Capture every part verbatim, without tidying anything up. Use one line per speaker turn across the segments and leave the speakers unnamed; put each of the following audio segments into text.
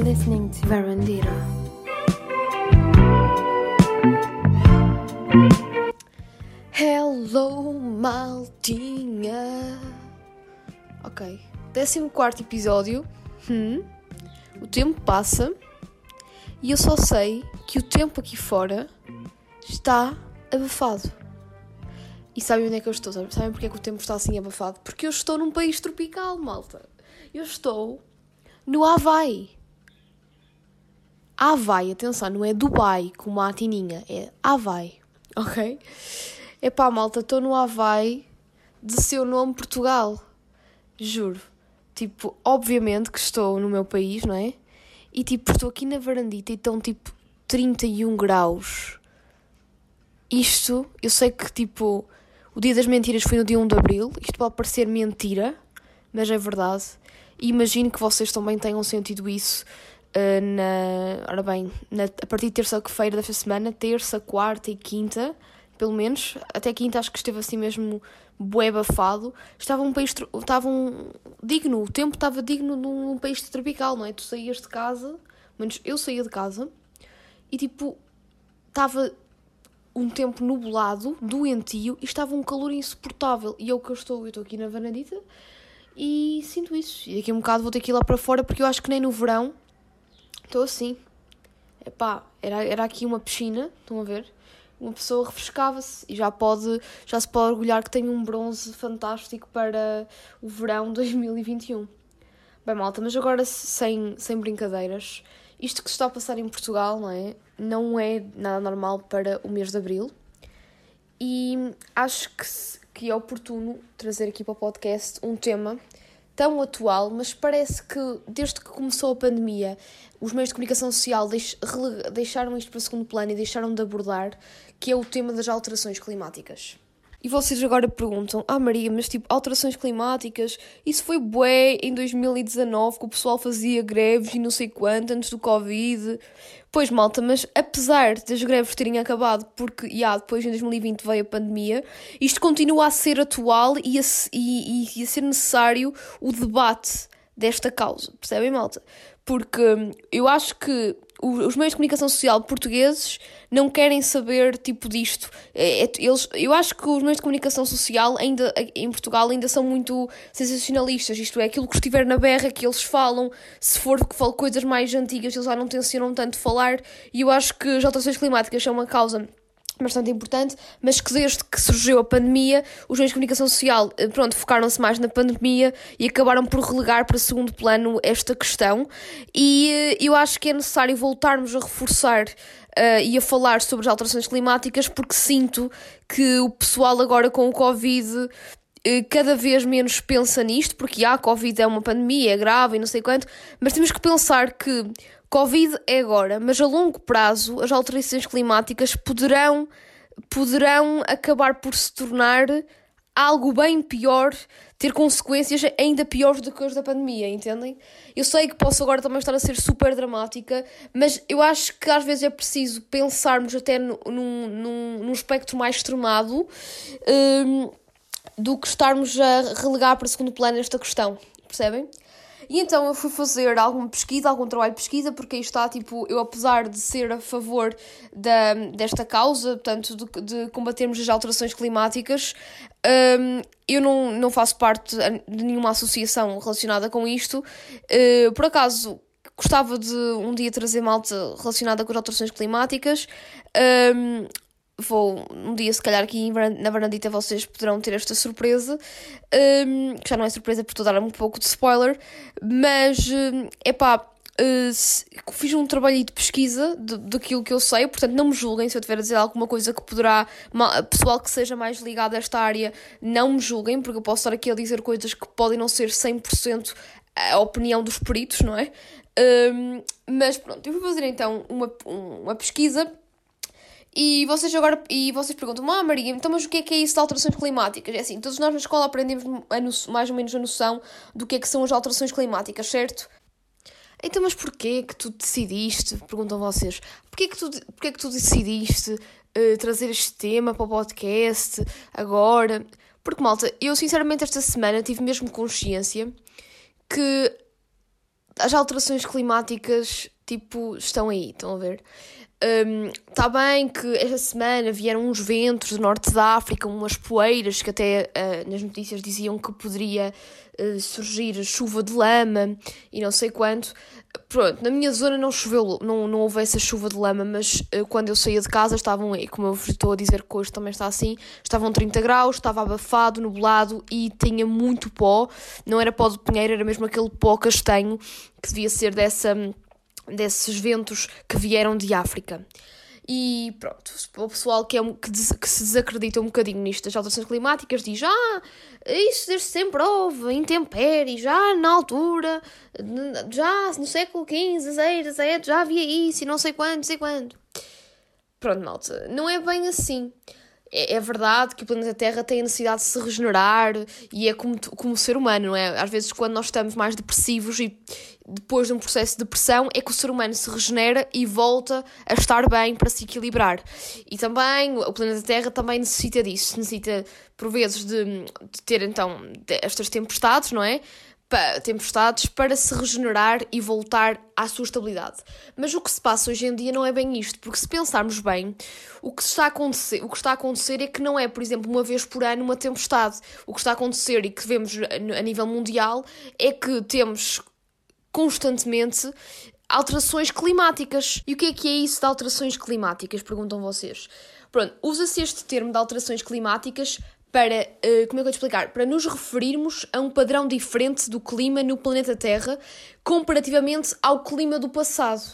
listening to Verandira. Hello, maltinha. Ok, décimo quarto episódio. Hum, o tempo passa e eu só sei que o tempo aqui fora está abafado. E sabem onde é que eu estou? Sabem porque é que o tempo está assim abafado? Porque eu estou num país tropical, malta. Eu estou no Havaí. Havaí, atenção, não é Dubai, como a Tininha, é Havaí, ok? Epá, malta, estou no Havaí de seu nome Portugal, juro. Tipo, obviamente que estou no meu país, não é? E tipo, estou aqui na varandita e estão tipo trinta e um graus. Isto, eu sei que tipo, o dia das mentiras foi no dia um de abril, isto pode parecer mentira, mas é verdade. E imagino que vocês também tenham sentido isso. Uh, na, ora bem, na, a partir de terça-feira desta semana, terça, quarta e quinta, pelo menos, até quinta acho que esteve assim mesmo bué abafado. Estava um país, estava um, digno, o tempo estava digno num país tropical, não é? Tu saías de casa, pelo menos eu saía de casa, e tipo, estava um tempo nublado, doentio, e estava um calor insuportável. E é o que eu estou, eu estou aqui na varandita e sinto isso. E daqui a um bocado vou ter que ir lá para fora, porque eu acho que nem no verão estou assim. Epá, era, era aqui uma piscina, estão a ver? Uma pessoa refrescava-se e já, pode, já se pode orgulhar que tem um bronze fantástico para o verão dois mil e vinte e um. Bem, malta, mas agora sem, sem brincadeiras, isto que se está a passar em Portugal, não é? Não é nada normal para o mês de abril. E acho que, que é oportuno trazer aqui para o podcast um tema tão atual, mas parece que desde que começou a pandemia os meios de comunicação social deix, rele, deixaram isto para segundo plano e deixaram de abordar, que é o tema das alterações climáticas. E vocês agora perguntam, ah Maria, mas tipo, alterações climáticas, isso foi bué em dois mil e dezanove, que o pessoal fazia greves e não sei quanto, antes do Covid. Pois malta, mas apesar das greves terem acabado, porque já, depois em dois mil e vinte veio a pandemia, isto continua a ser atual e a, e, e a ser necessário o debate desta causa, percebem malta? Porque eu acho que os meios de comunicação social portugueses não querem saber tipo disto. Eles, eu acho que os meios de comunicação social ainda, em Portugal ainda são muito sensacionalistas. Isto é, aquilo que estiver na berra que eles falam. Se for que falam coisas mais antigas, eles já não tencionam tanto falar. E eu acho que as alterações climáticas são uma causa bastante importante, mas que desde que surgiu a pandemia, os meios de comunicação social, pronto, focaram-se mais na pandemia e acabaram por relegar para segundo plano esta questão. E eu acho que é necessário voltarmos a reforçar uh, e a falar sobre as alterações climáticas, porque sinto que o pessoal agora com o Covid cada vez menos pensa nisto, porque a Covid é uma pandemia, é grave e não sei quanto, mas temos que pensar que Covid é agora, mas a longo prazo as alterações climáticas poderão, poderão acabar por se tornar algo bem pior, ter consequências ainda piores do que as da pandemia, entendem? Eu sei que posso agora também estar a ser super dramática, mas eu acho que às vezes é preciso pensarmos até num, num, num espectro mais extremado, hum, do que estarmos a relegar para segundo plano esta questão, percebem? E então eu fui fazer alguma pesquisa, algum trabalho de pesquisa, porque aí está, tipo, eu apesar de ser a favor da, desta causa, portanto, de, de combatermos as alterações climáticas, um, eu não, não faço parte de nenhuma associação relacionada com isto. Uh, por acaso, gostava de um dia trazer malta relacionada com as alterações climáticas. Um, Vou, um dia, se calhar, aqui na varandita vocês poderão ter esta surpresa, um, que já não é surpresa porque estou a dar um pouco de spoiler, mas, é um, pá, uh, fiz um trabalho de pesquisa de, daquilo que eu sei, portanto não me julguem se eu tiver a dizer alguma coisa que poderá, pessoal que seja mais ligado a esta área, não me julguem, porque eu posso estar aqui a dizer coisas que podem não ser cem por cento a opinião dos peritos, não é? Um, mas pronto, eu vou fazer então uma, uma pesquisa. E vocês agora e vocês perguntam, ah Maria, então mas o que é que é isso de alterações climáticas? É assim, todos nós na escola aprendemos a no, mais ou menos a noção do que é que são as alterações climáticas, certo? Então mas porquê que tu decidiste, perguntam vocês, porquê que tu, porquê que tu decidiste uh, trazer este tema para o podcast agora? Porque malta, eu sinceramente esta semana tive mesmo consciência que as alterações climáticas, tipo, estão aí, estão a ver? Está um, bem que esta semana vieram uns ventos do norte da África, umas poeiras que até uh, nas notícias diziam que poderia uh, surgir chuva de lama e não sei quanto. Pronto, na minha zona não choveu, não, não houve essa chuva de lama, mas uh, quando eu saía de casa estavam, como eu vos estou a dizer que hoje também está assim, estavam trinta graus, estava abafado, nublado e tinha muito pó. Não era pó de pinheiro, era mesmo aquele pó castanho que devia ser dessa... desses ventos que vieram de África. E pronto, o pessoal que, é um, que, des, que se desacredita um bocadinho nisto das alterações climáticas diz, ah, isso desde sempre houve, intempéries, já na altura, já no século quinze, dezesseis, dezessete, já havia isso e não sei quando, não sei quando. Pronto, malta, não é bem assim. É, é verdade que o planeta Terra tem a necessidade de se regenerar e é como, como o ser humano, não é? Às vezes quando nós estamos mais depressivos e depois de um processo de depressão é que o ser humano se regenera e volta a estar bem para se equilibrar. E também o planeta Terra também necessita disso, necessita por vezes de, de ter então estas tempestades, não é? tempestades para se regenerar e voltar à sua estabilidade. Mas o que se passa hoje em dia não é bem isto, porque se pensarmos bem, o que está a acontecer, o que está a acontecer é que não é, por exemplo, uma vez por ano uma tempestade. O que está a acontecer e que vemos a nível mundial é que temos constantemente alterações climáticas. E o que é que é isso de alterações climáticas? Perguntam vocês. Pronto, usa-se este termo de alterações climáticas para, uh, como é que eu vou te explicar? Para nos referirmos a um padrão diferente do clima no planeta Terra comparativamente ao clima do passado.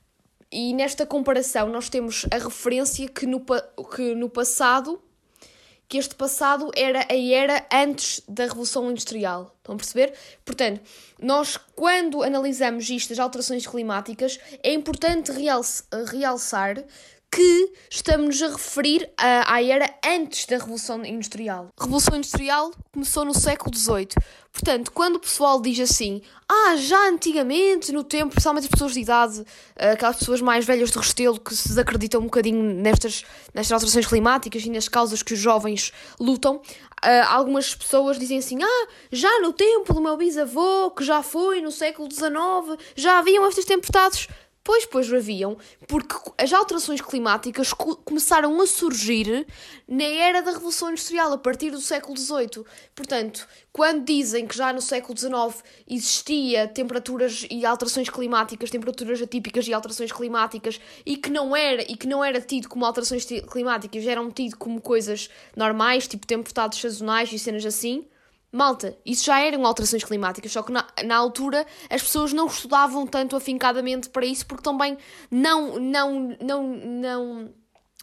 E nesta comparação nós temos a referência que no, que no passado, que este passado era a era antes da Revolução Industrial. Estão a perceber? Portanto, nós quando analisamos isto, as alterações climáticas, é importante realçar que estamos a referir à, à era antes da Revolução Industrial. A Revolução Industrial começou no século dezoito. Portanto, quando o pessoal diz assim, ah, já antigamente, no tempo, principalmente as pessoas de idade, aquelas pessoas mais velhas de Restelo que se desacreditam um bocadinho nestas, nestas alterações climáticas e nas causas que os jovens lutam, algumas pessoas dizem assim, ah, já no tempo do meu bisavô, que já foi no século dezenove, já haviam estas tempestades. Pois, pois haviam, porque as alterações climáticas co- começaram a surgir na era da Revolução Industrial, a partir do século dezoito. Portanto, quando dizem que já no século dezanove existia temperaturas e alterações climáticas, temperaturas atípicas e alterações climáticas, e que não era, e que não era tido como alterações climáticas, eram tido como coisas normais, tipo tempestades sazonais e cenas assim, malta, isso já eram alterações climáticas, só que na, na altura as pessoas não estudavam tanto afincadamente para isso, porque também não, não, não, não,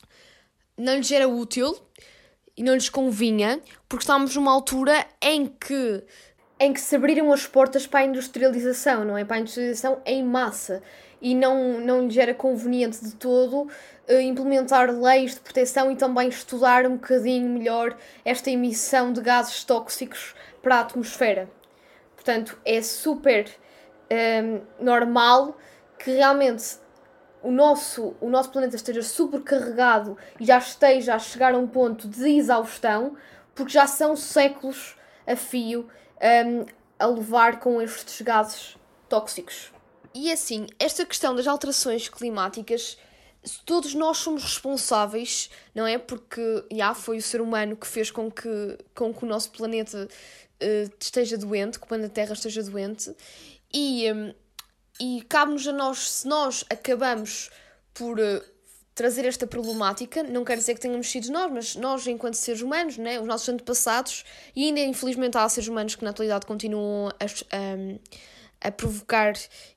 não lhes era útil e não lhes convinha, porque estávamos numa altura em que, em que se abriram as portas para a industrialização, não é? Para a industrialização em massa, e não, não lhes era conveniente de todo uh, implementar leis de proteção e também estudar um bocadinho melhor esta emissão de gases tóxicos para a atmosfera. Portanto, é super um, normal que realmente o nosso, o nosso planeta esteja supercarregado e já esteja a chegar a um ponto de exaustão, porque já são séculos a fio um, a levar com estes gases tóxicos. E assim, esta questão das alterações climáticas, todos nós somos responsáveis, não é? Porque já foi o ser humano que fez com que, com que o nosso planeta uh, esteja doente, que o planeta Terra esteja doente, e, um, e cabe-nos a nós, se nós acabamos por uh, trazer esta problemática, não quer dizer que tenhamos sido nós, mas nós enquanto seres humanos, né, os nossos antepassados, e ainda infelizmente há seres humanos que na atualidade continuam a... Um, a provocar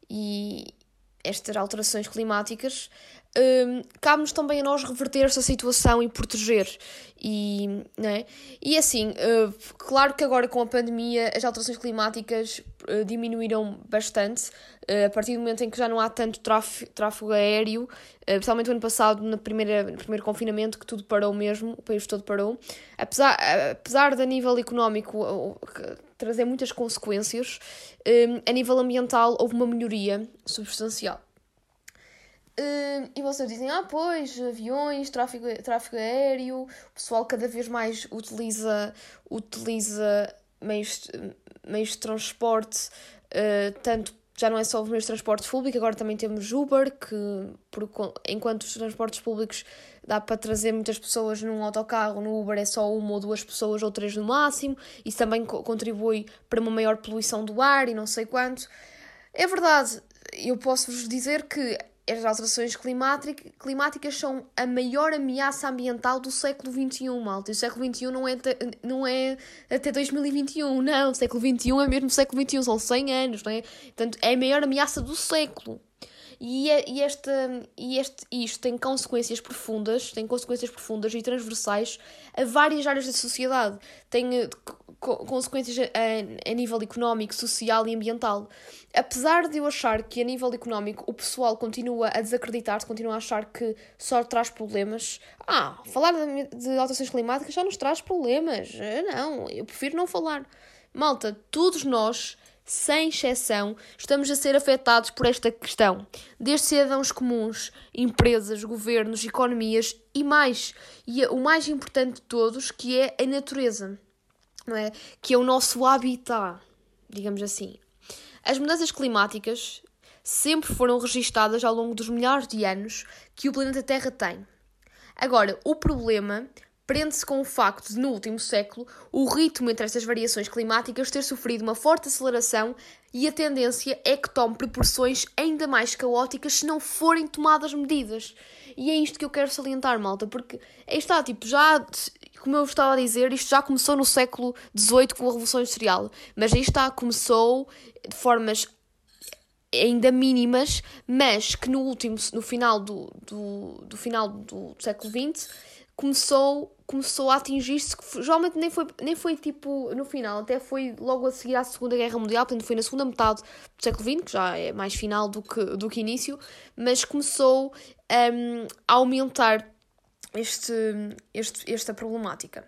e estas alterações climáticas, um, cabe-nos também a nós reverter esta situação e proteger. E, né? E assim, uh, claro que agora com a pandemia as alterações climáticas uh, diminuíram bastante, uh, a partir do momento em que já não há tanto tráfego, tráfego aéreo, uh, principalmente o ano passado, na primeira, no primeiro confinamento, que tudo parou mesmo, o país todo parou. Apesar, apesar de a nível económico uh, uh, trazer muitas consequências, um, a nível ambiental houve uma melhoria substancial. Uh, e vocês dizem, ah pois, aviões, tráfego, tráfego aéreo, o pessoal cada vez mais utiliza, utiliza meios, meios de transporte, uh, tanto já não é só os meios de transportes públicos, agora também temos Uber, que por, enquanto os transportes públicos dá para trazer muitas pessoas num autocarro, no Uber é só uma ou duas pessoas ou três no máximo, isso também co- contribui para uma maior poluição do ar e não sei quanto. É verdade, eu posso-vos dizer que as alterações climáticas são a maior ameaça ambiental do século vinte e um, malta. E o século vinte e um não é, te, não é até dois mil e vinte e um, não. O século vinte e um é mesmo o século vinte e um, são cem anos, não é? Portanto, é a maior ameaça do século. E, é, e, esta, e este, isto tem consequências profundas, tem consequências profundas e transversais a várias áreas da sociedade. Tem co- consequências a, a nível económico, social e ambiental. Apesar de eu achar que a nível económico o pessoal continua a desacreditar-se, continua a achar que só traz problemas. Ah, falar de, de alterações climáticas já nos traz problemas. Não, eu prefiro não falar. Malta, todos nós, sem exceção, estamos a ser afetados por esta questão. Desde cidadãos comuns, empresas, governos, economias e mais. E o mais importante de todos, que é a natureza, não é? Que é o nosso habitat, digamos assim. As mudanças climáticas sempre foram registadas ao longo dos milhares de anos que o planeta Terra tem. Agora, o problema prende-se com o facto de, no último século, o ritmo entre estas variações climáticas ter sofrido uma forte aceleração e a tendência é que tome proporções ainda mais caóticas se não forem tomadas medidas. E é isto que eu quero salientar, malta, porque aí está, tipo, já, como eu estava a dizer, isto já começou no século dezoito com a Revolução Industrial, mas aí está, começou de formas ainda mínimas, mas que no último, no final do, do, do final do século vinte começou, começou a atingir-se, que geralmente nem foi, nem foi tipo no final, até foi logo a seguir à Segunda Guerra Mundial, portanto foi na segunda metade do século vinte, que já é mais final do que, do que início, mas começou um, a aumentar este, este, esta problemática.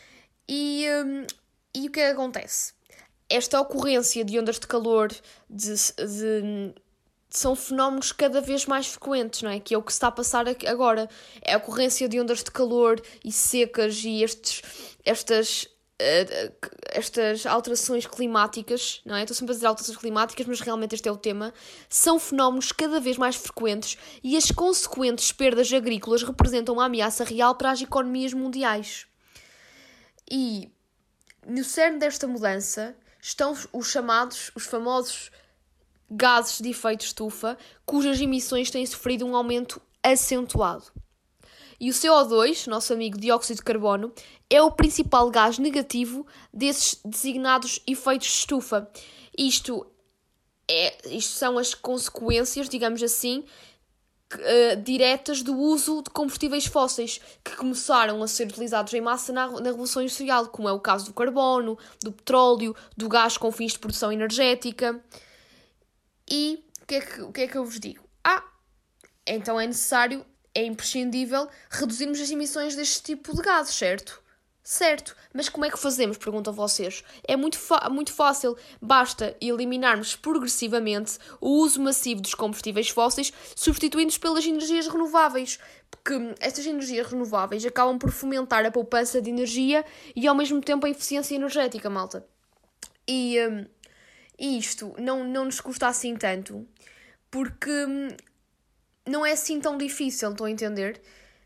E, um, e o que é que acontece? Esta ocorrência de ondas de calor de, de, são fenómenos cada vez mais frequentes, não é? Que é o que se está a passar agora. É a ocorrência de ondas de calor e secas e estes, estas, uh, estas alterações climáticas, não é? Estou sempre a dizer alterações climáticas, mas realmente este é o tema. São fenómenos cada vez mais frequentes e as consequentes perdas agrícolas representam uma ameaça real para as economias mundiais. E no cerne desta mudança estão os chamados, os famosos gases de efeito estufa, cujas emissões têm sofrido um aumento acentuado. E o C O dois, nosso amigo dióxido de carbono, é o principal gás negativo desses designados efeitos de estufa. Isto, é, isto são as consequências, digamos assim, Uh, diretas do uso de combustíveis fósseis que começaram a ser utilizados em massa na, na Revolução Industrial, como é o caso do carbono, do petróleo, do gás com fins de produção energética. E o que é que, o que é que eu vos digo? Ah, então é necessário, é imprescindível reduzirmos as emissões deste tipo de gases, certo? Certo, mas como é que fazemos? Perguntam vocês. É muito, muito fácil, basta eliminarmos progressivamente o uso massivo dos combustíveis fósseis, substituindo-os pelas energias renováveis, porque estas energias renováveis acabam por fomentar a poupança de energia e ao mesmo tempo a eficiência energética, malta. E, um, e isto não, não nos custa assim tanto, porque um, não é assim tão difícil, estão a entender?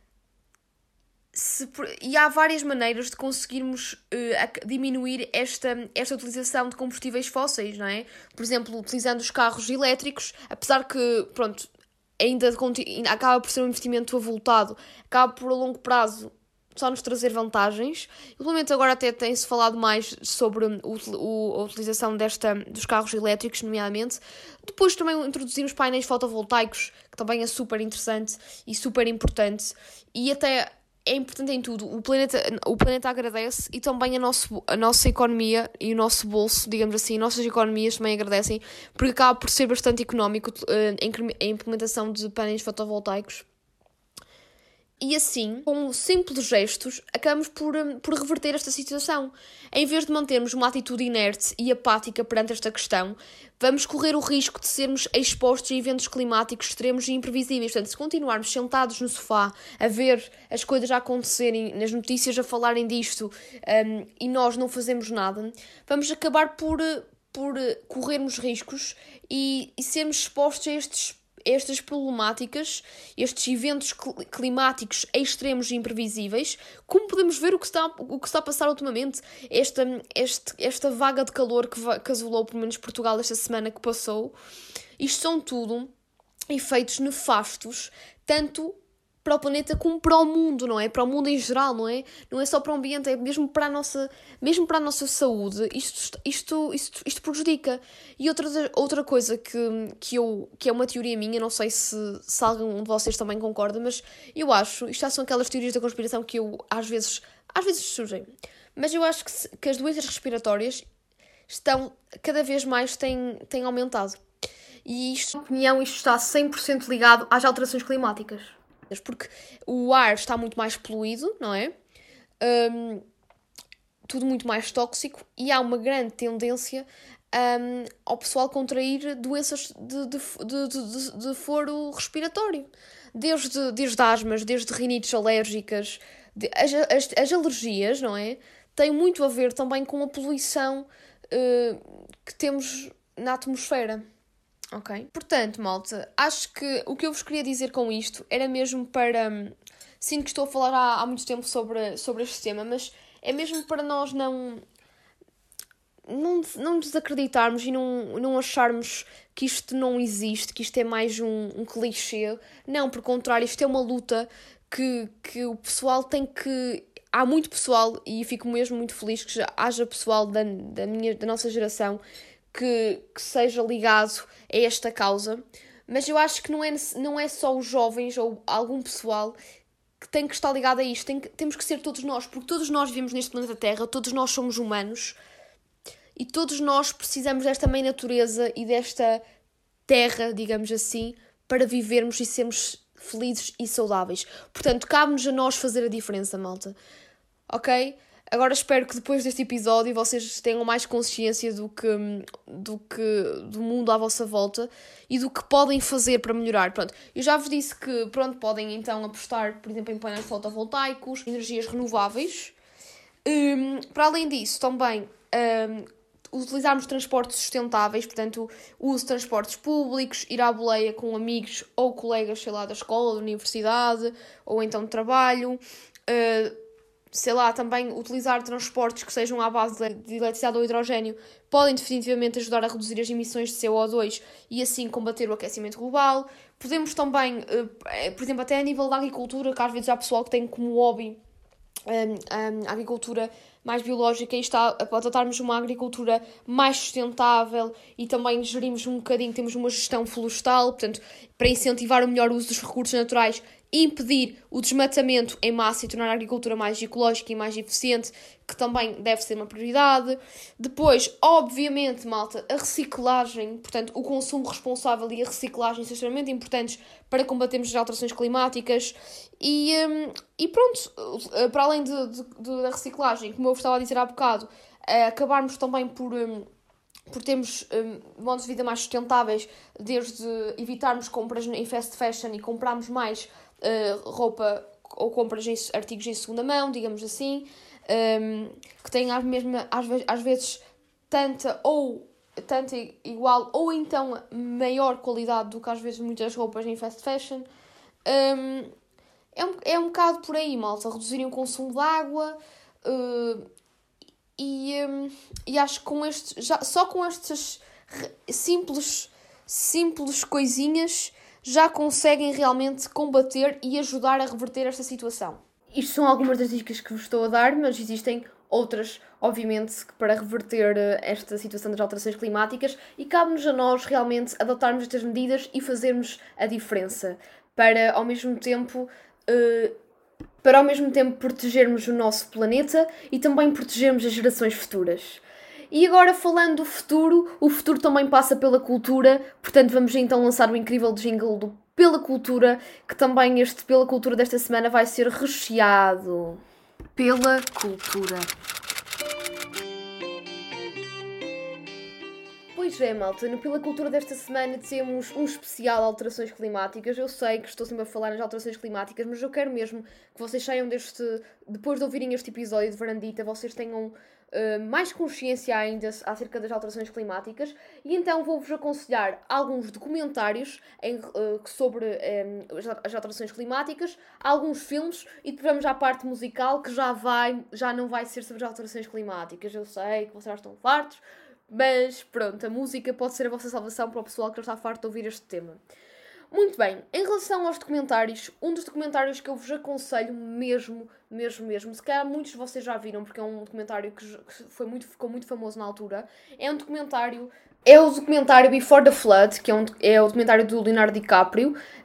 Se, e há várias maneiras de conseguirmos uh, diminuir esta, esta utilização de combustíveis fósseis, não é? Por exemplo, utilizando os carros elétricos, apesar que, pronto, ainda, ainda acaba por ser um investimento avultado, acaba por a longo prazo só nos trazer vantagens. E, pelo menos agora até tem-se falado mais sobre o, o, a utilização desta, dos carros elétricos, nomeadamente. Depois também introduzimos painéis fotovoltaicos, que também é super interessante e super importante. E até é importante em tudo. O planeta, o planeta agradece e também a, nosso, a nossa economia e o nosso bolso, digamos assim, nossas economias também agradecem, porque acaba por ser bastante económico uh, a implementação de painéis fotovoltaicos. E assim, com simples gestos, acabamos por, por reverter esta situação. Em vez de mantermos uma atitude inerte e apática perante esta questão, vamos correr o risco de sermos expostos a eventos climáticos extremos e imprevisíveis. Portanto, se continuarmos sentados no sofá a ver as coisas a acontecerem, nas notícias a falarem disto, um, e nós não fazemos nada, vamos acabar por, por corrermos riscos e, e sermos expostos a estes, estas problemáticas, estes eventos climáticos extremos e imprevisíveis, como podemos ver o que está, o que está a passar ultimamente, esta, este, esta vaga de calor que, que azulou pelo menos Portugal esta semana que passou. Isto são tudo efeitos nefastos, tanto para o planeta como para o mundo, não é? Para o mundo em geral, não é? Não é só para o ambiente, é mesmo para a nossa, mesmo para a nossa saúde. Isto, isto, isto, isto prejudica. E outra, outra coisa que, que, eu, que é uma teoria minha, não sei se, se algum de vocês também concorda, mas eu acho, isto já são aquelas teorias da conspiração que eu, às vezes, às vezes surgem, mas eu acho que, se, que as doenças respiratórias estão, cada vez mais têm, têm aumentado. E isto, na minha opinião, isto está cem por cento ligado às alterações climáticas. Porque o ar está muito mais poluído, não é? Um, tudo muito mais tóxico e há uma grande tendência um, ao pessoal contrair doenças de, de, de, de, de foro respiratório. Desde, desde asmas, desde rinites alérgicas, de, as, as, as alergias, não é? Tem muito a ver também com a poluição uh, que temos na atmosfera. Ok? Portanto, malta, acho que o que eu vos queria dizer com isto era mesmo para... Hum, sinto que estou a falar há, há muito tempo sobre, sobre este tema, mas é mesmo para nós não... Não, não desacreditarmos e não, não acharmos que isto não existe, que isto é mais um, um clichê. Não, por contrário, isto é uma luta que, que o pessoal tem que... Há muito pessoal, e fico mesmo muito feliz que já haja pessoal da, da, minha, da nossa geração que, que seja ligado a esta causa, mas eu acho que não é, não é só os jovens ou algum pessoal que tem que estar ligado a isto, tem que, temos que ser todos nós, porque todos nós vivemos neste planeta Terra, todos nós somos humanos e todos nós precisamos desta mãe natureza e desta terra, digamos assim, para vivermos e sermos felizes e saudáveis. Portanto, cabe-nos a nós fazer a diferença, malta. Ok? Agora espero que depois deste episódio vocês tenham mais consciência do que, do que do mundo à vossa volta e do que podem fazer para melhorar. Pronto, eu já vos disse que pronto, podem então apostar, por exemplo, em painéis fotovoltaicos, energias renováveis. Um, para além disso, também um, utilizarmos transportes sustentáveis, portanto, o uso de transportes públicos, ir à boleia com amigos ou colegas, sei lá, da escola, da universidade ou então de trabalho. Uh, sei lá, também utilizar transportes que sejam à base de eletricidade ou hidrogénio podem definitivamente ajudar a reduzir as emissões de C O dois e assim combater o aquecimento global. Podemos também, por exemplo, até a nível da agricultura, que às vezes há pessoal que tem como hobby a agricultura mais biológica e está a adotarmos uma agricultura mais sustentável e também gerimos um bocadinho, temos uma gestão florestal, portanto, para incentivar o melhor uso dos recursos naturais, impedir o desmatamento em massa e tornar a agricultura mais ecológica e mais eficiente, que também deve ser uma prioridade. Depois, obviamente, malta, a reciclagem, portanto, o consumo responsável e a reciclagem são extremamente importantes para combatermos as alterações climáticas. E, um, e pronto, para além de, de, de, da reciclagem, como eu estava a dizer há bocado, acabarmos também por... Um, por termos um, modos de vida mais sustentáveis, desde evitarmos compras em fast fashion e comprarmos mais uh, roupa ou compras em artigos em segunda mão, digamos assim, um, que têm mesmo, às, vezes, às vezes tanta ou tanta igual ou então maior qualidade do que às vezes muitas roupas em fast fashion. Um, é, um, é um bocado por aí, malta, reduzirem o consumo de água. Uh, E, um, e acho que com estes, já, só com estas simples, simples coisinhas já conseguem realmente combater e ajudar a reverter esta situação. Isto são algumas das dicas que vos estou a dar, mas existem outras, obviamente, para reverter esta situação das alterações climáticas e cabe-nos a nós realmente adotarmos estas medidas e fazermos a diferença para, ao mesmo tempo... Uh, para ao mesmo tempo protegermos o nosso planeta e também protegermos as gerações futuras. E agora, falando do futuro, o futuro também passa pela cultura, portanto vamos então lançar o incrível jingle do Pela Cultura, que também este Pela Cultura desta semana vai ser recheado. Pela Cultura. Pois é, malta, no Pela Cultura desta semana temos um especial alterações climáticas. Eu sei que estou sempre a falar nas alterações climáticas, mas eu quero mesmo que vocês saiam deste... Depois de ouvirem este episódio de Varandita, vocês tenham uh, mais consciência ainda acerca das alterações climáticas, e então vou-vos aconselhar alguns documentários em, uh, sobre um, as alterações climáticas, alguns filmes, e depois vamos à parte musical, que já, vai, já não vai ser sobre as alterações climáticas. Eu sei que vocês já estão fartos, mas pronto, a música pode ser a vossa salvação para o pessoal que já está farto de ouvir este tema. Muito bem, em relação aos documentários, um dos documentários que eu vos aconselho mesmo, mesmo, mesmo, se calhar muitos de vocês já viram, porque é um documentário que foi muito, ficou muito famoso na altura, é um documentário, é o documentário Before the Flood, que é, um, é o documentário do Leonardo DiCaprio,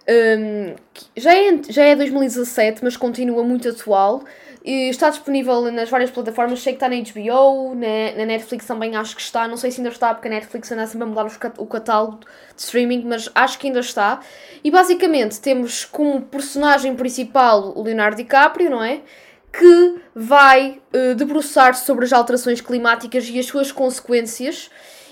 um, que já é, já é dois mil e dezassete, mas continua muito atual, e está disponível nas várias plataformas, sei que está na H B O, na, na Netflix também acho que está, não sei se ainda está, porque a Netflix anda sempre a mudar os, o catálogo de streaming, mas acho que ainda está. E basicamente temos como personagem principal o Leonardo DiCaprio, não é? Que vai uh, debruçar-se sobre as alterações climáticas e as suas consequências.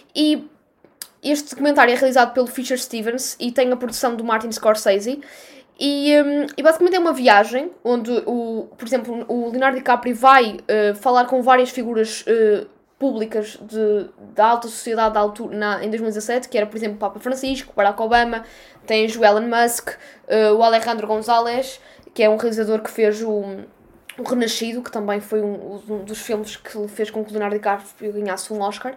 E este documentário é realizado pelo Fisher Stevens e tem a produção do Martin Scorsese. E, um, e basicamente é uma viagem onde, o, por exemplo, o Leonardo DiCaprio vai uh, falar com várias figuras uh, públicas de, da alta sociedade da altura, na, em dois mil e dezassete, que era, por exemplo, o Papa Francisco, Barack Obama, tens o Elon Musk, uh, o Alejandro González, que é um realizador que fez o, o Renascido, que também foi um, um dos filmes que fez com que o Leonardo DiCaprio ganhasse um Oscar.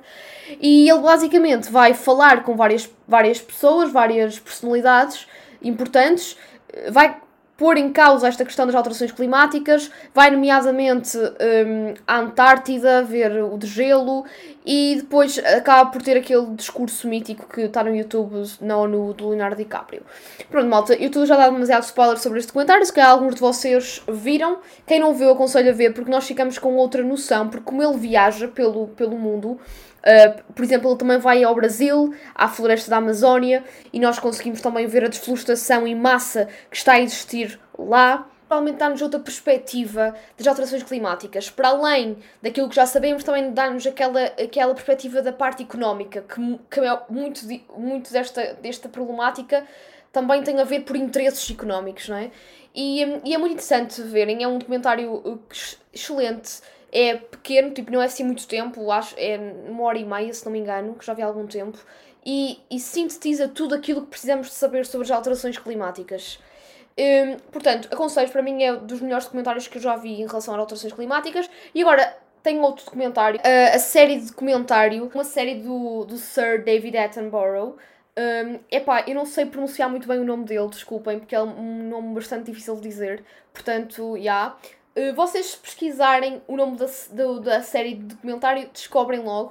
E ele basicamente vai falar com várias, várias pessoas, várias personalidades importantes, vai pôr em causa esta questão das alterações climáticas, vai nomeadamente um, à Antártida ver o degelo e depois acaba por ter aquele discurso mítico que está no YouTube na ONU do Leonardo DiCaprio. Pronto, malta, eu estou já a dar demasiado spoiler sobre este documentário, se calhar alguns de vocês viram. Quem não viu, aconselho a ver, porque nós ficamos com outra noção, porque como ele viaja pelo, pelo mundo, Uh, por exemplo, ele também vai ao Brasil, à floresta da Amazónia, e nós conseguimos também ver a desflorestação em massa que está a existir lá. Provavelmente dá-nos outra perspectiva das alterações climáticas. Para além daquilo que já sabemos, também dá-nos aquela, aquela perspectiva da parte económica, que, que é muito, muito desta, desta problemática também tem a ver por interesses económicos, não é? E, e é muito interessante verem, é um documentário excelente. É pequeno, tipo, não é assim muito tempo, acho, é uma hora e meia, se não me engano, que já vi há algum tempo, e, e sintetiza tudo aquilo que precisamos de saber sobre as alterações climáticas. Um, portanto, aconselho, para mim é um dos melhores documentários que eu já vi em relação às alterações climáticas. E agora, tenho outro documentário, uh, a série de documentário, uma série do, do Sir David Attenborough. Um, epá, eu não sei pronunciar muito bem o nome dele, desculpem, porque é um nome bastante difícil de dizer, portanto, já... Yeah. Uh, vocês se pesquisarem o nome da, da, da série de documentário, descobrem logo.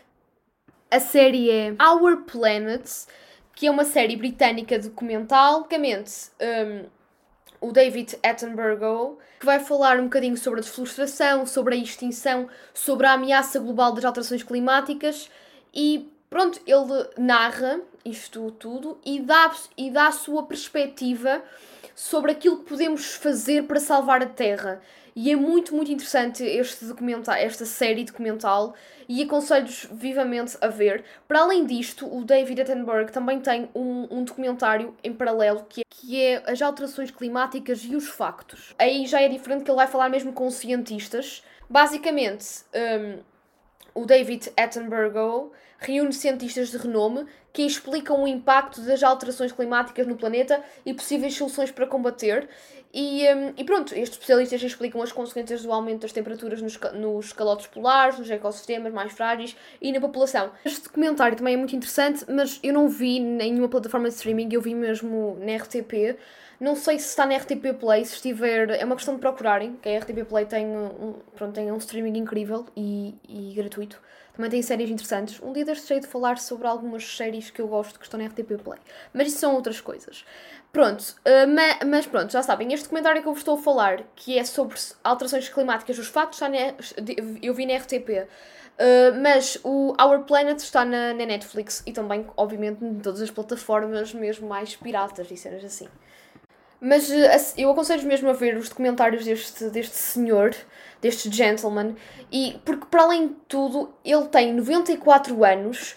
A série é Our Planet, que é uma série britânica documental. Basicamente, um, o David Attenborough, que vai falar um bocadinho sobre a desflorestação, sobre a extinção, sobre a ameaça global das alterações climáticas. E pronto, ele narra isto tudo e dá, e dá a sua perspectiva sobre aquilo que podemos fazer para salvar a Terra. E é muito, muito interessante este documental, esta série documental, e aconselho-vos vivamente a ver. Para além disto, o David Attenborough também tem um, um documentário em paralelo, que é, que é as alterações climáticas e os factos. Aí já é diferente, que ele vai falar mesmo com cientistas. Basicamente, um, o David Attenborough reúne cientistas de renome que explicam o impacto das alterações climáticas no planeta e possíveis soluções para combater. E, um, e pronto, estes especialistas explicam as consequências do aumento das temperaturas nos, nos calotes polares, nos ecossistemas mais frágeis e na população. Este documentário também é muito interessante, mas eu não vi em nenhuma plataforma de streaming, eu vi mesmo na R T P. Não sei se está na R T P Play, se estiver... É uma questão de procurarem, que a R T P Play tem um, pronto, tem um streaming incrível e, e gratuito. Também tem séries interessantes. Um dia deste jeito de falar sobre algumas séries que eu gosto que estão na R T P Play. Mas isso são outras coisas. Pronto, uh, ma, mas pronto, já sabem, este documentário que eu vos estou a falar, que é sobre alterações climáticas, os factos, está na, eu vi na R T P. Uh, mas o Our Planet está na, na Netflix e também, obviamente, em todas as plataformas, mesmo mais piratas e cenas assim. Mas eu aconselho mesmo a ver os documentários deste, deste senhor, deste gentleman, e, porque para além de tudo ele tem noventa e quatro anos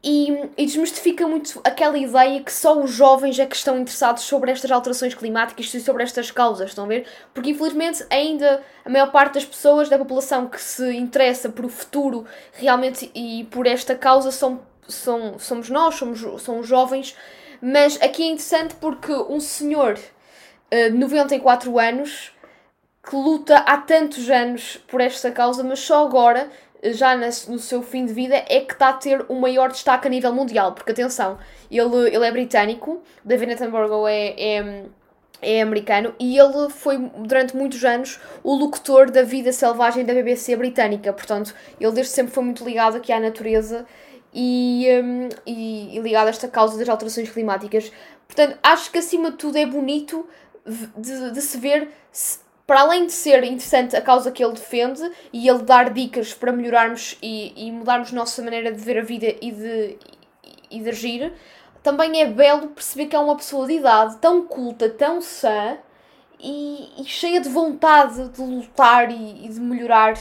E, e desmistifica muito aquela ideia que só os jovens é que estão interessados sobre estas alterações climáticas e sobre estas causas, estão a ver? Porque infelizmente ainda a maior parte das pessoas da população que se interessa por o futuro realmente e por esta causa são, são, somos nós, somos, são os jovens, mas aqui é interessante porque um senhor uh, de noventa e quatro anos que luta há tantos anos por esta causa, mas só agora, já no seu fim de vida, é que está a ter o maior destaque a nível mundial. Porque, atenção, ele, ele é britânico, David Attenborough é, é, é americano, e ele foi, durante muitos anos, o locutor da vida selvagem da B B C britânica. Portanto, ele desde sempre foi muito ligado aqui à natureza e, um, e, e ligado a esta causa das alterações climáticas. Portanto, acho que, acima de tudo, é bonito de, de se ver... Se, para além de ser interessante a causa que ele defende e ele dar dicas para melhorarmos e, e mudarmos a nossa maneira de ver a vida e de, e de agir, também é belo perceber que é uma pessoa de idade tão culta, tão sã e, e cheia de vontade de lutar e, e de melhorar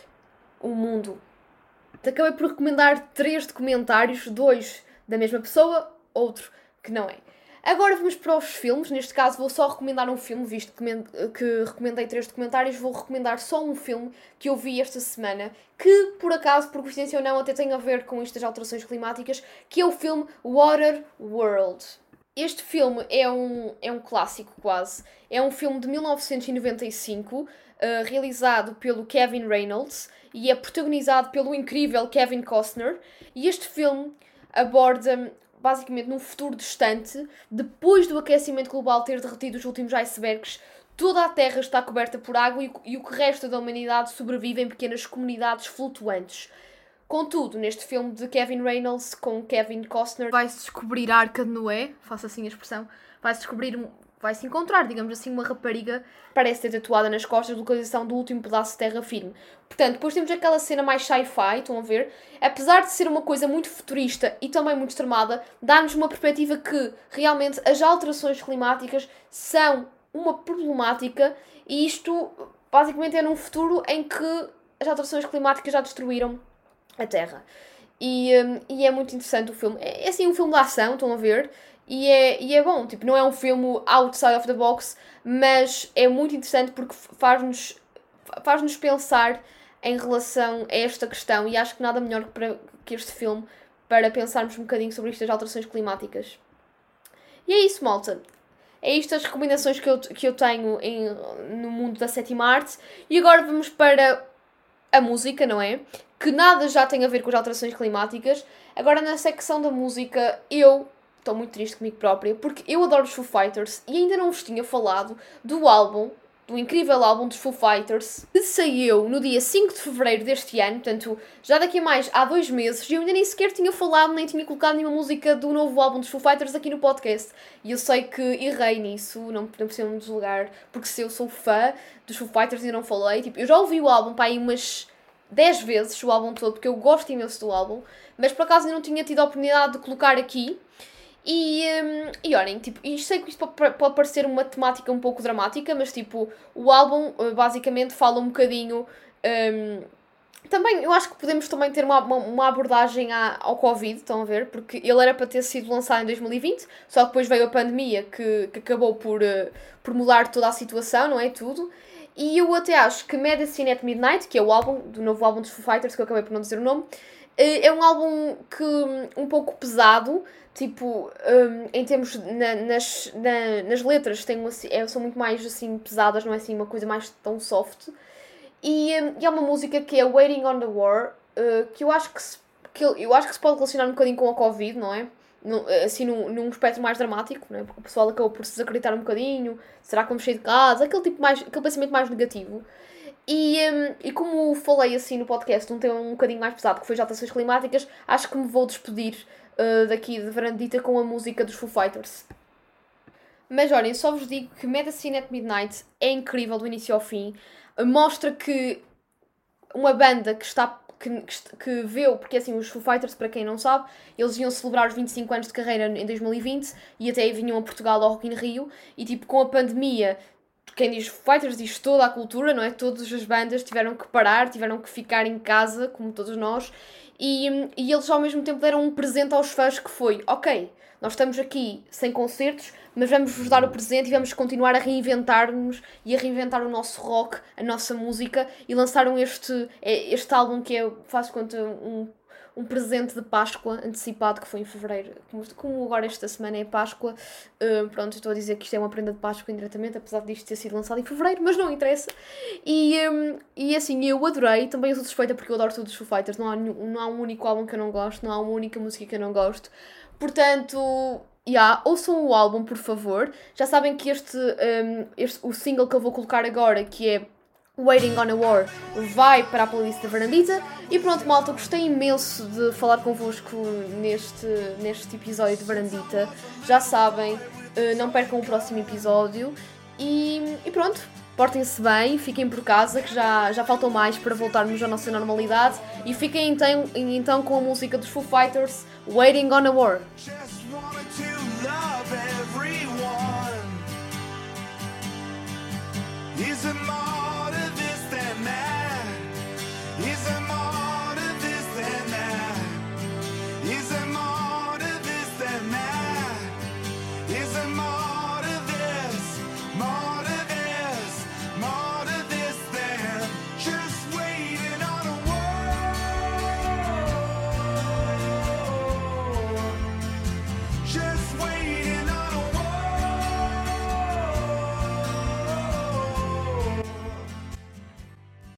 o mundo. Acabei por recomendar três documentários, dois da mesma pessoa, outro que não é. Agora vamos para os filmes. Neste caso vou só recomendar um filme, visto que recomendei três documentários, vou recomendar só um filme que eu vi esta semana, que por acaso, por coincidência ou não, até tem a ver com estas alterações climáticas, que é o filme Water World. Este filme é um, é um clássico quase. É um filme de mil novecentos e noventa e cinco, uh, realizado pelo Kevin Reynolds e é protagonizado pelo incrível Kevin Costner. E este filme aborda... basicamente num futuro distante, depois do aquecimento global ter derretido os últimos icebergs, toda a Terra está coberta por água e, e o que resta da humanidade sobrevive em pequenas comunidades flutuantes. Contudo, neste filme de Kevin Reynolds com Kevin Costner, vai-se descobrir a Arca de Noé, faço assim a expressão, vai-se descobrir, vai-se encontrar, digamos assim, uma rapariga que parece ter tatuada nas costas a localização do último pedaço de terra firme. Portanto, depois temos aquela cena mais sci-fi, estão a ver? Apesar de ser uma coisa muito futurista e também muito extremada, dá-nos uma perspectiva que, realmente, as alterações climáticas são uma problemática e isto, basicamente, é num futuro em que as alterações climáticas já destruíram a Terra. E, um, e é muito interessante o filme. É, é assim um filme de ação, estão a ver? E é, e é bom, tipo, não é um filme outside of the box, mas é muito interessante porque faz-nos, faz-nos pensar em relação a esta questão e acho que nada melhor que, para, que este filme para pensarmos um bocadinho sobre estas alterações climáticas. E é isso, malta. É isto as recomendações que eu, que eu tenho em, no mundo da sétima arte. E agora vamos para a música, não é? Que nada já tem a ver com as alterações climáticas. Agora, na secção da música, eu estou muito triste comigo própria, porque eu adoro os Foo Fighters e ainda não vos tinha falado do álbum, do incrível álbum dos Foo Fighters, que saiu no dia cinco de fevereiro deste ano, portanto, já daqui a mais há dois meses, e eu ainda nem sequer tinha falado, nem tinha colocado nenhuma música do novo álbum dos Foo Fighters aqui no podcast. E eu sei que errei nisso, não, não precisam me desligar, porque se eu sou fã dos Foo Fighters e ainda não falei, tipo, eu já ouvi o álbum para aí umas dez vezes, o álbum todo, porque eu gosto imenso do álbum, mas por acaso ainda não tinha tido a oportunidade de colocar aqui. E, um, e olhem, tipo, e sei que isto pode, pode parecer uma temática um pouco dramática, mas tipo, o álbum basicamente fala um bocadinho... Um, também, eu acho que podemos também ter uma, uma, uma abordagem à, ao Covid, estão a ver? Porque ele era para ter sido lançado em dois mil e vinte, só que depois veio a pandemia que, que acabou por, uh, por mudar toda a situação, não é? Tudo. E eu até acho que Medicine at Midnight, que é o álbum, do novo álbum dos Foo Fighters, que eu acabei por não dizer o nome, é um álbum que um pouco pesado, tipo, um, em termos na, nas, na, nas letras tem uma, é, são muito mais assim pesadas, não é assim uma coisa mais tão soft. E, um, e é uma música que é Waiting on the War, uh, que eu acho que se, que eu acho que se pode relacionar um bocadinho com a Covid, não é? No, assim num, num espectro mais dramático, não é? Porque o pessoal acabou por se desacreditar um bocadinho, será que vamos sair de casa, aquele tipo mais, aquele pensamento mais negativo. E, um, e como falei assim no podcast, um tema um bocadinho mais pesado, que foi as alterações climáticas, acho que me vou despedir uh, daqui de Varandita com a música dos Foo Fighters. Mas olhem, só vos digo que Medicine at Midnight é incrível do início ao fim. Mostra que uma banda que está que, que, que viu, porque assim, os Foo Fighters, para quem não sabe, eles iam celebrar os vinte e cinco anos de carreira em dois mil e vinte e até vinham a Portugal ao Rock in Rio e tipo, com a pandemia quem diz Foo Fighters diz toda a cultura, não é? Todas as bandas tiveram que parar, tiveram que ficar em casa, como todos nós, e, e eles ao mesmo tempo deram um presente aos fãs que foi, ok, nós estamos aqui sem concertos, mas vamos-vos dar o presente e vamos continuar a reinventar-nos e a reinventar o nosso rock, a nossa música, e lançaram este, este álbum que é, faz conta, um, um presente de Páscoa antecipado, que foi em fevereiro. Como, como agora esta semana é Páscoa, uh, pronto, estou a dizer que isto é uma prenda de Páscoa indiretamente, apesar disto ter sido lançado em fevereiro, mas não interessa. E, um, e assim, eu adorei, também eu sou suspeita porque eu adoro todos os Foo Fighters, não há, não há um único álbum que eu não gosto, não há uma única música que eu não gosto. Portanto, yeah, ouçam o álbum, por favor. Já sabem que este, um, este, o single que eu vou colocar agora, que é Waiting on a War, vai para a playlist da Varandita. E pronto, malta, gostei imenso de falar convosco neste, neste episódio de Varandita. Já sabem, uh, não percam o próximo episódio. E, e pronto, portem-se bem, fiquem por casa, que já, já faltam mais para voltarmos à nossa normalidade. E fiquem então, então com a música dos Foo Fighters, Waiting on a War.
Just wanted to love everyone. Is it more?